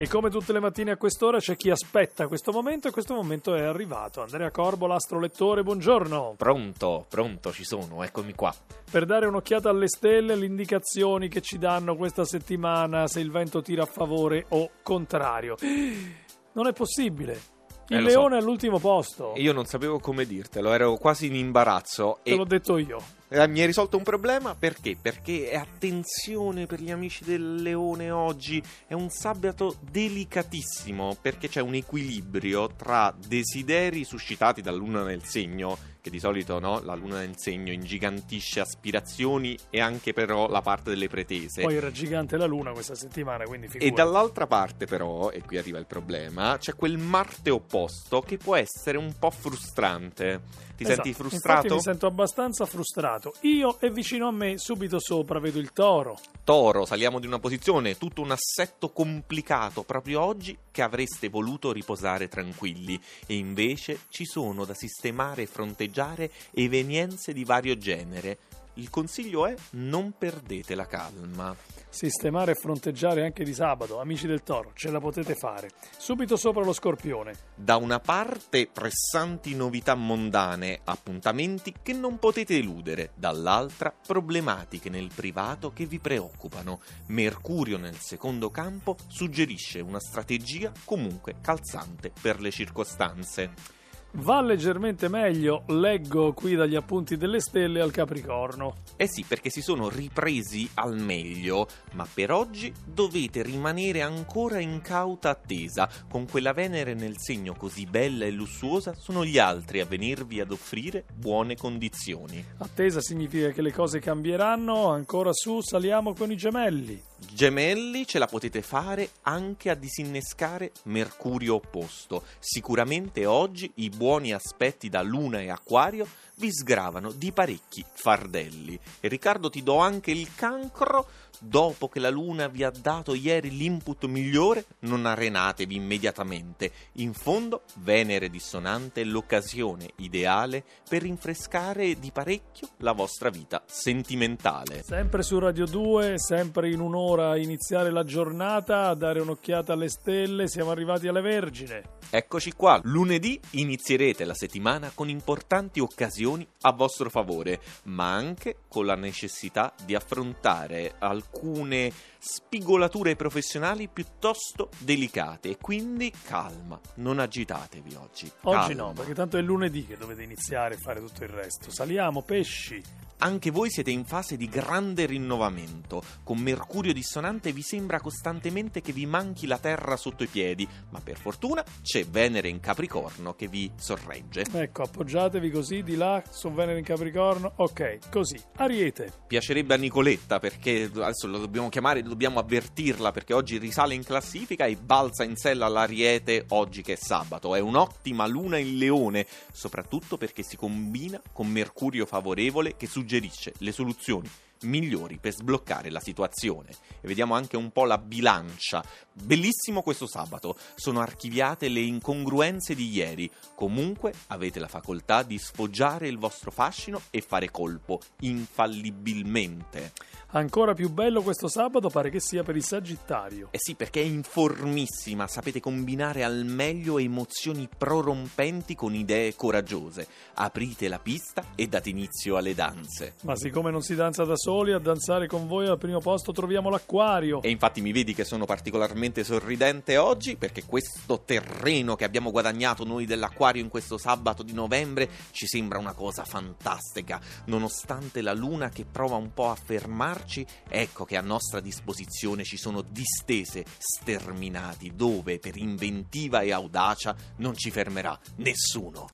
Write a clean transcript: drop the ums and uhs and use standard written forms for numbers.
E come tutte le mattine a quest'ora c'è chi aspetta questo momento e questo momento è arrivato. Andrea Corbo, l'astrolettore, buongiorno. Pronto, ci sono, eccomi qua. Per dare un'occhiata alle stelle, le indicazioni che ci danno questa settimana, se il vento tira a favore o contrario. Non è possibile. Il leone è all'ultimo posto. Io non sapevo come dirtelo, ero quasi in imbarazzo. Te l'ho detto io. Mi hai risolto un problema? Perché? Perché attenzione per gli amici del leone oggi, è un sabato delicatissimo perché c'è un equilibrio tra desideri suscitati dalla luna nel segno, che di solito la luna nel segno ingigantisce aspirazioni e anche però la parte delle pretese. Poi era gigante la luna questa settimana, quindi figurati. E dall'altra parte però, e qui arriva il problema, c'è quel Marte opposto che può essere un po' frustrante. Ti senti frustrato? Infatti mi sento abbastanza frustrato. Io e vicino a me, subito sopra, vedo il Toro. Toro, saliamo di una posizione, tutto un assetto complicato proprio oggi che avreste voluto riposare tranquilli e invece ci sono da sistemare e fronteggiare evenienze di vario genere. Il consiglio è: non perdete la calma. Sistemare e fronteggiare anche di sabato, amici del Toro, ce la potete fare. Subito sopra lo Scorpione. Da una parte pressanti novità mondane, appuntamenti che non potete eludere, dall'altra problematiche nel privato che vi preoccupano. Mercurio nel secondo campo suggerisce una strategia comunque calzante per le circostanze. Va leggermente meglio, leggo qui dagli appunti delle stelle, al Capricorno. Eh sì, perché si sono ripresi al meglio, ma per oggi dovete rimanere ancora in cauta attesa. Con quella Venere nel segno così bella e lussuosa, sono gli altri a venirvi ad offrire buone condizioni. Attesa significa che le cose cambieranno, ancora su, saliamo con i Gemelli. Gemelli, ce la potete fare anche a disinnescare Mercurio opposto. Sicuramente oggi i buoni aspetti da Luna e Acquario vi sgravano di parecchi fardelli. E Riccardo, ti do anche il Cancro. Dopo che la Luna vi ha dato ieri l'input migliore, non arenatevi immediatamente. In fondo, Venere dissonante è l'occasione ideale per rinfrescare di parecchio la vostra vita sentimentale. Sempre su Radio 2, sempre in un'ora a iniziare la giornata, a dare un'occhiata alle stelle, siamo arrivati alle Vergine. Eccoci qua, lunedì inizierete la settimana con importanti occasioni a vostro favore, ma anche con la necessità di affrontare alcune spigolature professionali piuttosto delicate e quindi calma, non agitatevi oggi. Oggi no, perché tanto è lunedì che dovete iniziare a fare tutto il resto. Saliamo, pesci. Anche voi siete in fase di grande rinnovamento. Con Mercurio dissonante vi sembra costantemente che vi manchi la terra sotto i piedi, ma per fortuna c'è Venere in Capricorno che vi sorregge. Ecco, appoggiatevi così di là su Venere in Capricorno. Ok, così. Ariete. Piacerebbe a Nicoletta, perché adesso lo dobbiamo chiamare, dobbiamo avvertirla, perché oggi risale in classifica e balza in sella all'Ariete oggi che è sabato. È un'ottima luna in Leone, soprattutto perché si combina con Mercurio favorevole che suggerisce le soluzioni migliori per sbloccare la situazione. E vediamo anche un po' la bilancia. Bellissimo questo sabato, sono archiviate le incongruenze di ieri. Comunque avete la facoltà di sfoggiare il vostro fascino e fare colpo infallibilmente. Ancora più bello questo sabato pare che sia per il Sagittario. Eh sì, perché è informissima, sapete combinare al meglio emozioni prorompenti con idee coraggiose. Aprite la pista e date inizio alle danze. Ma siccome non si danza da soli, a danzare con voi al primo posto troviamo l'Acquario. E infatti mi vedi che sono particolarmente sorridente oggi, perché questo terreno che abbiamo guadagnato noi dell'Acquario in questo sabato di novembre ci sembra una cosa fantastica. Nonostante la luna che prova un po' a fermarci, ecco che a nostra disposizione ci sono distese sterminati dove per inventiva e audacia non ci fermerà nessuno.